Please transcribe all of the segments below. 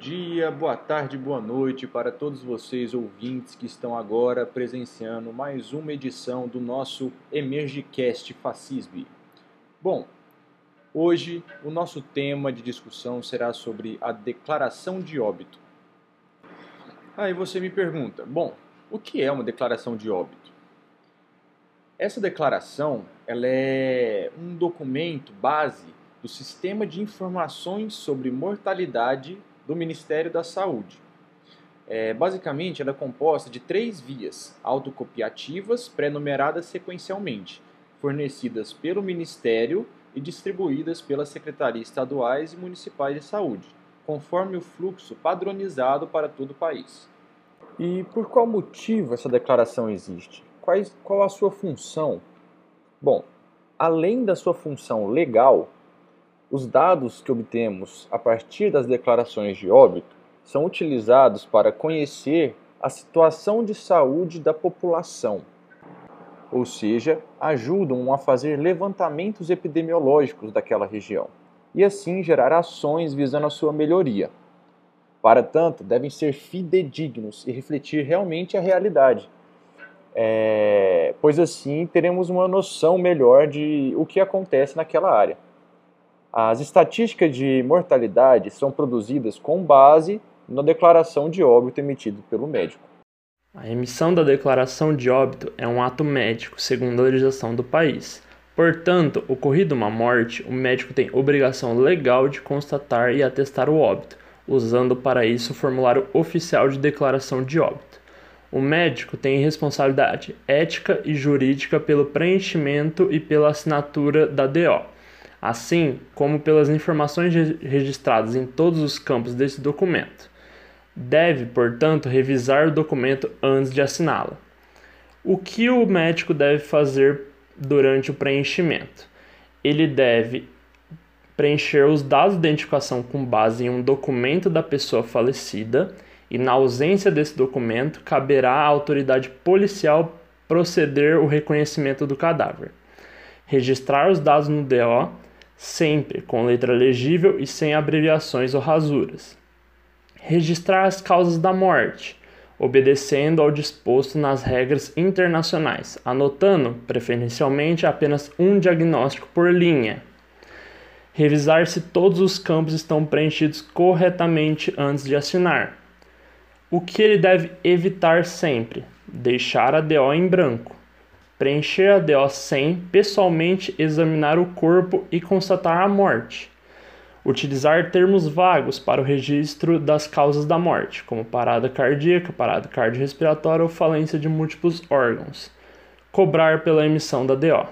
Dia, boa tarde, boa noite para todos vocês ouvintes que estão agora presenciando mais uma edição do nosso EmergeCast Facisb. Bom, hoje o nosso tema de discussão será sobre a declaração de óbito. Aí você me pergunta, bom, o que é uma declaração de óbito? Essa declaração ela é um documento base do Sistema de Informações sobre Mortalidade do Ministério da Saúde. Basicamente, ela é composta de 3 vias autocopiativas pré-numeradas sequencialmente, fornecidas pelo Ministério e distribuídas pelas secretarias estaduais e municipais de saúde, conforme o fluxo padronizado para todo o país. E por qual motivo essa declaração existe? Qual a sua função? Bom, além da sua função legal, os dados que obtemos a partir das declarações de óbito são utilizados para conhecer a situação de saúde da população, ou seja, ajudam a fazer levantamentos epidemiológicos daquela região e assim gerar ações visando a sua melhoria. Para tanto, devem ser fidedignos e refletir realmente a realidade, pois assim teremos uma noção melhor de o que acontece naquela área. As estatísticas de mortalidade são produzidas com base na declaração de óbito emitida pelo médico. A emissão da declaração de óbito é um ato médico, segundo a legislação do país. Portanto, ocorrida uma morte, o médico tem obrigação legal de constatar e atestar o óbito, usando para isso o formulário oficial de declaração de óbito. O médico tem responsabilidade ética e jurídica pelo preenchimento e pela assinatura da DO, assim como pelas informações registradas em todos os campos desse documento. Deve, portanto, revisar o documento antes de assiná-lo. O que o médico deve fazer durante o preenchimento? Ele deve preencher os dados de identificação com base em um documento da pessoa falecida e, na ausência desse documento, caberá à autoridade policial proceder o reconhecimento do cadáver. Registrar os dados no DO, sempre com letra legível e sem abreviações ou rasuras. Registrar as causas da morte, obedecendo ao disposto nas regras internacionais, anotando, preferencialmente, apenas um diagnóstico por linha. Revisar se todos os campos estão preenchidos corretamente antes de assinar. O que ele deve evitar sempre? Deixar a DO em branco. Preencher a DO sem, pessoalmente, examinar o corpo e constatar a morte. Utilizar termos vagos para o registro das causas da morte, como parada cardíaca, parada cardiorrespiratória ou falência de múltiplos órgãos. Cobrar pela emissão da DO.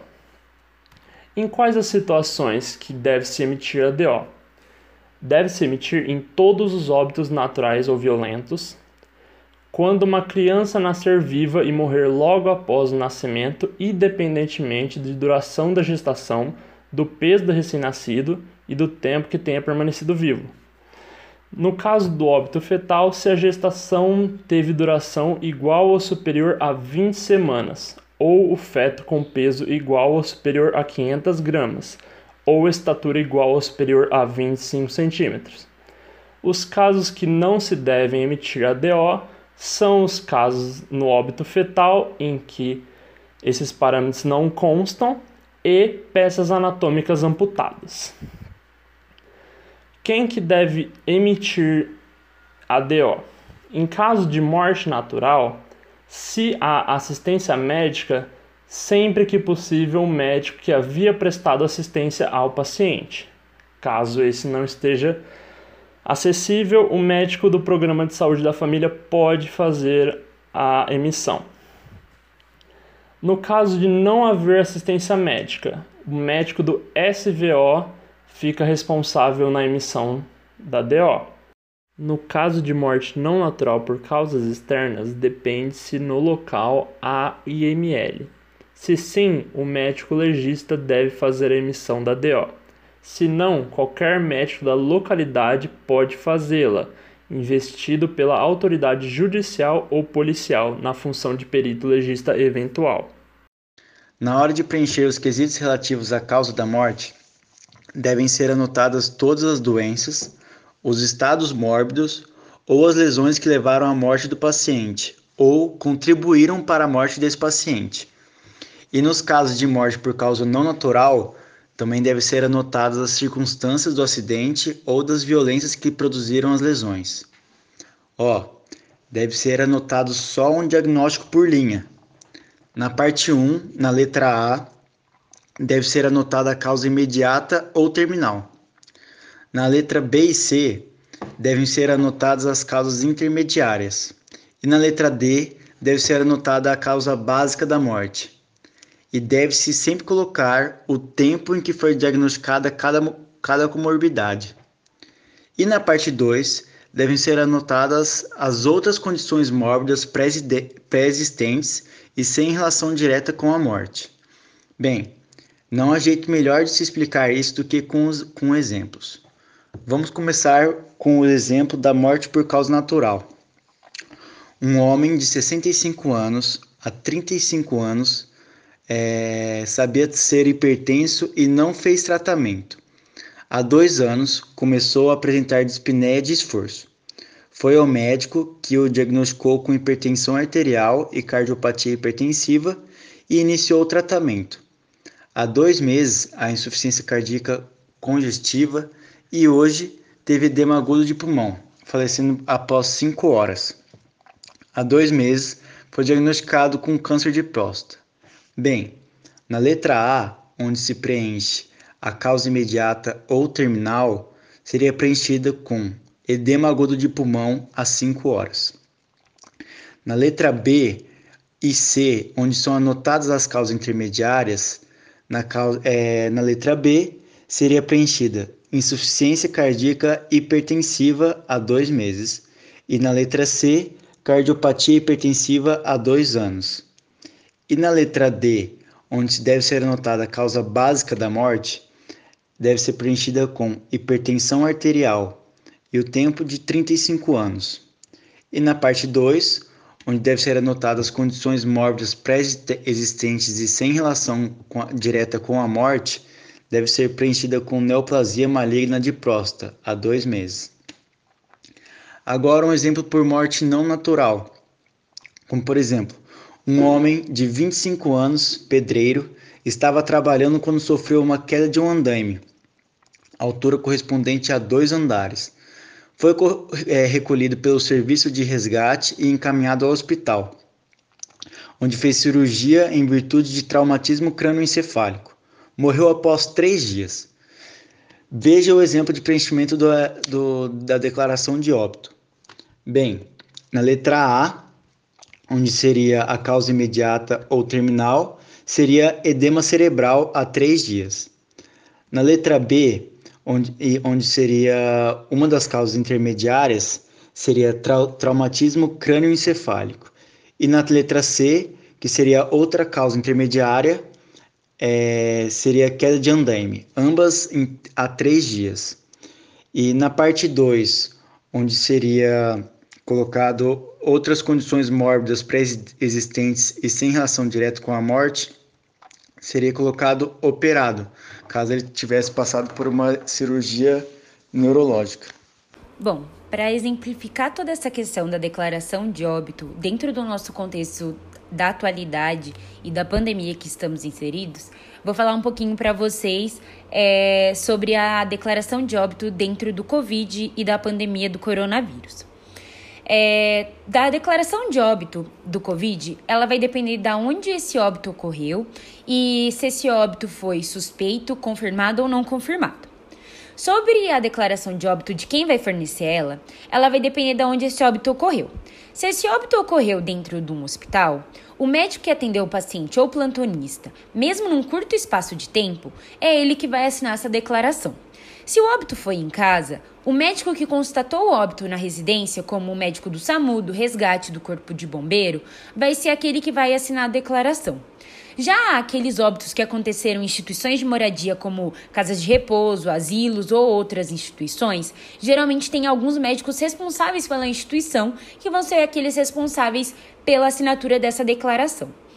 Em quais as situações que deve-se emitir a DO? Deve-se emitir em todos os óbitos naturais ou violentos, quando uma criança nascer viva e morrer logo após o nascimento, independentemente de duração da gestação, do peso do recém-nascido e do tempo que tenha permanecido vivo. No caso do óbito fetal, se a gestação teve duração igual ou superior a 20 semanas, ou o feto com peso igual ou superior a 500 gramas, ou estatura igual ou superior a 25 centímetros. Os casos que não se devem emitir a DO são os casos no óbito fetal, em que esses parâmetros não constam, e peças anatômicas amputadas. Quem que deve emitir a DO? Em caso de morte natural, se há assistência médica, sempre que possível o médico que havia prestado assistência ao paciente. Caso esse não esteja acessível, o médico do Programa de Saúde da Família pode fazer a emissão. No caso de não haver assistência médica, o médico do SVO fica responsável na emissão da DO. No caso de morte não natural por causas externas, depende-se no local a IML. Se sim, o médico legista deve fazer a emissão da DO. Se não, qualquer médico da localidade pode fazê-la, investido pela autoridade judicial ou policial na função de perito legista eventual. Na hora de preencher os quesitos relativos à causa da morte, devem ser anotadas todas as doenças os estados mórbidos ou as lesões que levaram à morte do paciente ou contribuíram para a morte desse paciente. E nos casos de morte por causa não natural, também devem ser anotadas as circunstâncias do acidente ou das violências que produziram as lesões. Deve ser anotado só um diagnóstico por linha. Na parte 1, na letra A, deve ser anotada a causa imediata ou terminal. Na letra B e C, devem ser anotadas as causas intermediárias. E na letra D, deve ser anotada a causa básica da morte. E deve-se sempre colocar o tempo em que foi diagnosticada cada comorbidade. E na parte 2, devem ser anotadas as outras condições mórbidas pré-existentes e sem relação direta com a morte. Bem, não há jeito melhor de se explicar isso do que com exemplos. Vamos começar com o exemplo da morte por causa natural. Um homem de 65 anos, há 35 anos, sabia ser hipertenso e não fez tratamento. Há 2 anos, começou a apresentar dispneia de esforço. Foi ao médico que o diagnosticou com hipertensão arterial e cardiopatia hipertensiva e iniciou o tratamento. Há 2 meses, a insuficiência cardíaca congestiva e hoje teve edema agudo de pulmão, falecendo após 5 horas. Há 2 meses, foi diagnosticado com câncer de próstata. Bem, na letra A, onde se preenche a causa imediata ou terminal, seria preenchida com edema agudo de pulmão às 5 horas. Na letra B e C, onde são anotadas as causas intermediárias, na letra B seria preenchida insuficiência cardíaca hipertensiva há 2 meses. E na letra C, cardiopatia hipertensiva há 2 anos. E na letra D, onde deve ser anotada a causa básica da morte, deve ser preenchida com hipertensão arterial e o tempo de 35 anos. E na parte 2, onde deve ser anotadas as condições mórbidas pré-existentes e sem relação direta com a morte, deve ser preenchida com neoplasia maligna de próstata, há 2 meses. Agora um exemplo por morte não natural, como por exemplo, um homem de 25 anos, pedreiro, estava trabalhando quando sofreu uma queda de um andaime, altura correspondente a 2 andares. Foi recolhido pelo serviço de resgate e encaminhado ao hospital, onde fez cirurgia em virtude de traumatismo crânioencefálico. Morreu após 3 dias. Veja o exemplo de preenchimento da declaração de óbito. Bem, na letra A, onde seria a causa imediata ou terminal, seria edema cerebral há 3 dias. Na letra B, onde seria uma das causas intermediárias, seria traumatismo crânioencefálico. E na letra C, que seria outra causa intermediária, seria queda de andaime, ambas há 3 dias. E na parte 2, onde seria colocado outras condições mórbidas pré-existentes e sem relação direta com a morte, seria colocado operado, caso ele tivesse passado por uma cirurgia neurológica. Bom, para exemplificar toda essa questão da declaração de óbito dentro do nosso contexto da atualidade e da pandemia que estamos inseridos, vou falar um pouquinho para vocês sobre a declaração de óbito dentro do Covid e da pandemia do coronavírus. Da declaração de óbito do Covid, ela vai depender de onde esse óbito ocorreu e se esse óbito foi suspeito, confirmado ou não confirmado. Sobre a declaração de óbito de quem vai fornecer ela vai depender de onde esse óbito ocorreu. Se esse óbito ocorreu dentro de um hospital, o médico que atendeu o paciente ou plantonista, mesmo num curto espaço de tempo, é ele que vai assinar essa declaração. Se o óbito foi em casa, o médico que constatou o óbito na residência, como o médico do SAMU, do resgate, do corpo de bombeiro, vai ser aquele que vai assinar a declaração. Já aqueles óbitos que aconteceram em instituições de moradia como casas de repouso, asilos ou outras instituições, geralmente tem alguns médicos responsáveis pela instituição que vão ser aqueles responsáveis pela assinatura dessa declaração.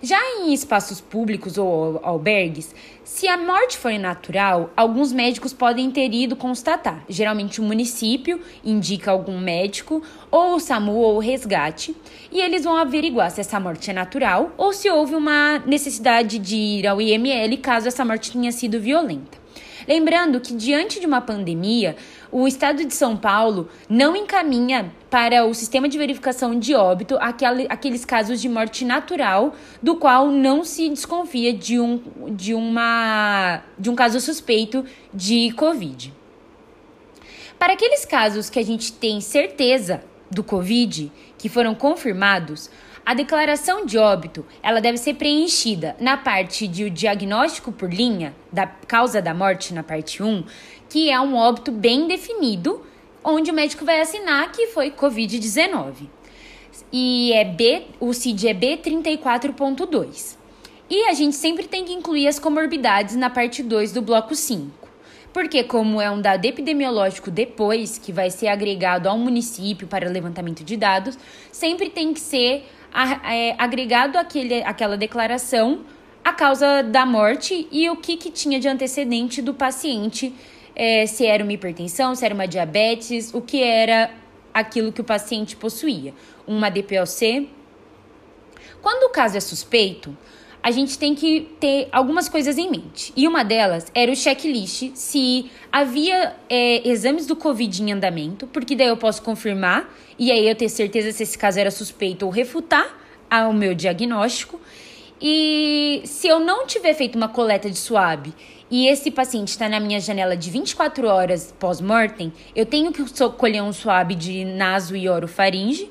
Já em espaços públicos ou albergues, se a morte for natural, alguns médicos podem ter ido constatar. Geralmente o município indica algum médico, ou o SAMU ou o resgate, e eles vão averiguar se essa morte é natural ou se houve uma necessidade de ir ao IML caso essa morte tenha sido violenta. Lembrando que, diante de uma pandemia, o Estado de São Paulo não encaminha para o sistema de verificação de óbito aqueles casos de morte natural, do qual não se desconfia de um caso suspeito de Covid. Para aqueles casos que a gente tem certeza do Covid, que foram confirmados, a declaração de óbito ela deve ser preenchida na parte de o diagnóstico por linha da causa da morte, na parte 1, que é um óbito bem definido, onde o médico vai assinar que foi Covid-19. E o CID é B34.2. E a gente sempre tem que incluir as comorbidades na parte 2 do bloco 5. Porque, como é um dado epidemiológico depois, que vai ser agregado ao município para levantamento de dados, sempre tem que ser agregado àquela declaração a causa da morte e o que tinha de antecedente do paciente, se era uma hipertensão, se era uma diabetes, o que era aquilo que o paciente possuía, uma DPOC. Quando o caso é suspeito, a gente tem que ter algumas coisas em mente. E uma delas era o checklist, se havia exames do Covid em andamento, porque daí eu posso confirmar, e aí eu ter certeza se esse caso era suspeito ou refutar ao meu diagnóstico. E se eu não tiver feito uma coleta de SWAB e esse paciente está na minha janela de 24 horas pós-mortem, eu tenho que colher um SWAB de naso e orofaringe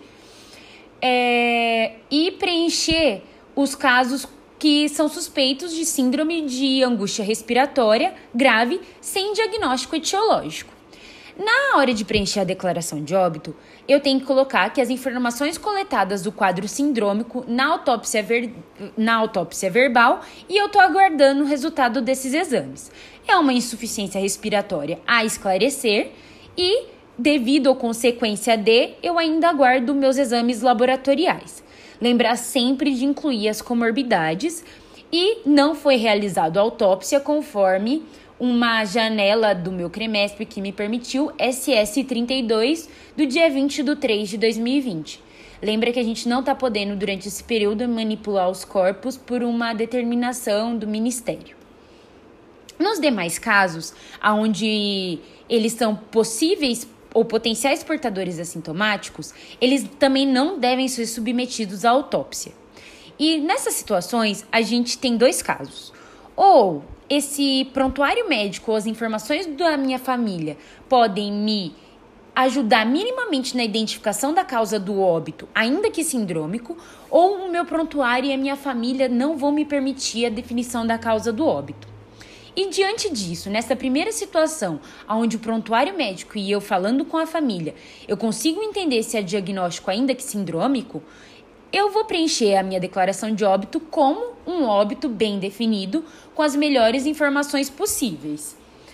e preencher os casos que são suspeitos de síndrome de angústia respiratória grave sem diagnóstico etiológico. Na hora de preencher a declaração de óbito, eu tenho que colocar que as informações coletadas do quadro sindrômico na autópsia verbal e eu estou aguardando o resultado desses exames. É uma insuficiência respiratória a esclarecer e, devido ou consequência de, eu ainda aguardo meus exames laboratoriais. Lembrar sempre de incluir as comorbidades e não foi realizado a autópsia conforme uma janela do meu CREMESP que me permitiu SS32 do dia 20/3/2020. Lembra que a gente não está podendo, durante esse período, manipular os corpos por uma determinação do Ministério. Nos demais casos, onde eles são possíveis ou potenciais portadores assintomáticos, eles também não devem ser submetidos à autópsia. E nessas situações, a gente tem dois casos. Ou esse prontuário médico ou as informações da minha família podem me ajudar minimamente na identificação da causa do óbito, ainda que sindrômico, ou o meu prontuário e a minha família não vão me permitir a definição da causa do óbito. E diante disso, nessa primeira situação, onde o prontuário médico e eu falando com a família, eu consigo entender se é diagnóstico ainda que sindrômico, eu vou preencher a minha declaração de óbito como um óbito bem definido, com as melhores informações possíveis.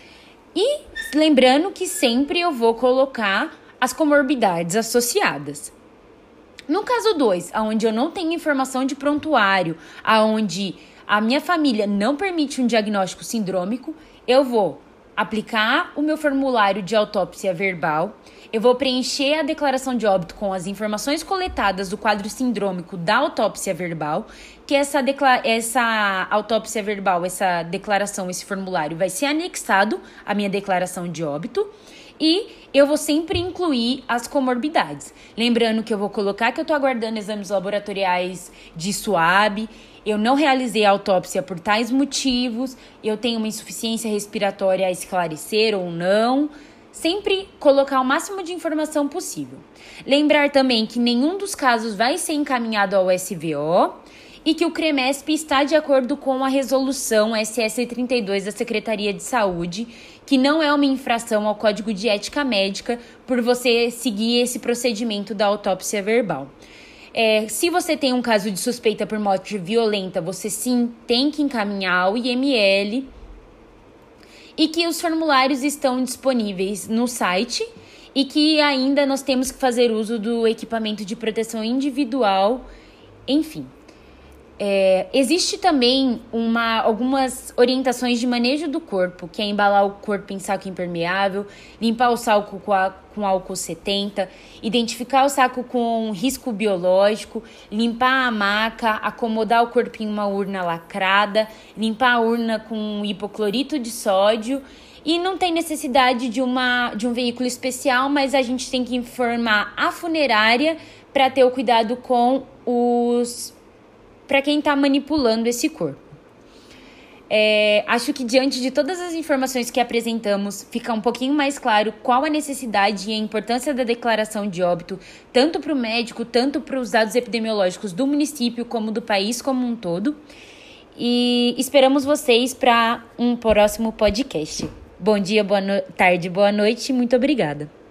E lembrando que sempre eu vou colocar as comorbidades associadas. No caso 2, onde eu não tenho informação de prontuário, onde a minha família não permite um diagnóstico sindrômico, eu vou aplicar o meu formulário de autópsia verbal, eu vou preencher a declaração de óbito com as informações coletadas do quadro sindrômico da autópsia verbal, que essa autópsia verbal, essa declaração, esse formulário vai ser anexado à minha declaração de óbito, e eu vou sempre incluir as comorbidades. Lembrando que eu vou colocar que eu estou aguardando exames laboratoriais de SWAB, eu não realizei a autópsia por tais motivos, eu tenho uma insuficiência respiratória a esclarecer ou não. Sempre colocar o máximo de informação possível. Lembrar também que nenhum dos casos vai ser encaminhado ao SVO e que o CREMESP está de acordo com a resolução SS32 da Secretaria de Saúde, que não é uma infração ao Código de Ética Médica por você seguir esse procedimento da autópsia verbal. Se você tem um caso de suspeita por morte violenta, você sim tem que encaminhar ao IML e que os formulários estão disponíveis no site e que ainda nós temos que fazer uso do equipamento de proteção individual, enfim. Existe também algumas orientações de manejo do corpo, que é embalar o corpo em saco impermeável, limpar o saco com álcool 70, identificar o saco com risco biológico, limpar a maca, acomodar o corpo em uma urna lacrada, limpar a urna com hipoclorito de sódio. E não tem necessidade de um veículo especial, mas a gente tem que informar a funerária para ter o cuidado com para quem está manipulando esse corpo. Acho que diante de todas as informações que apresentamos, fica um pouquinho mais claro qual a necessidade e a importância da declaração de óbito, tanto para o médico, tanto para os dados epidemiológicos do município, como do país como um todo. E esperamos vocês para um próximo podcast. Bom dia, boa tarde, boa noite e muito obrigada.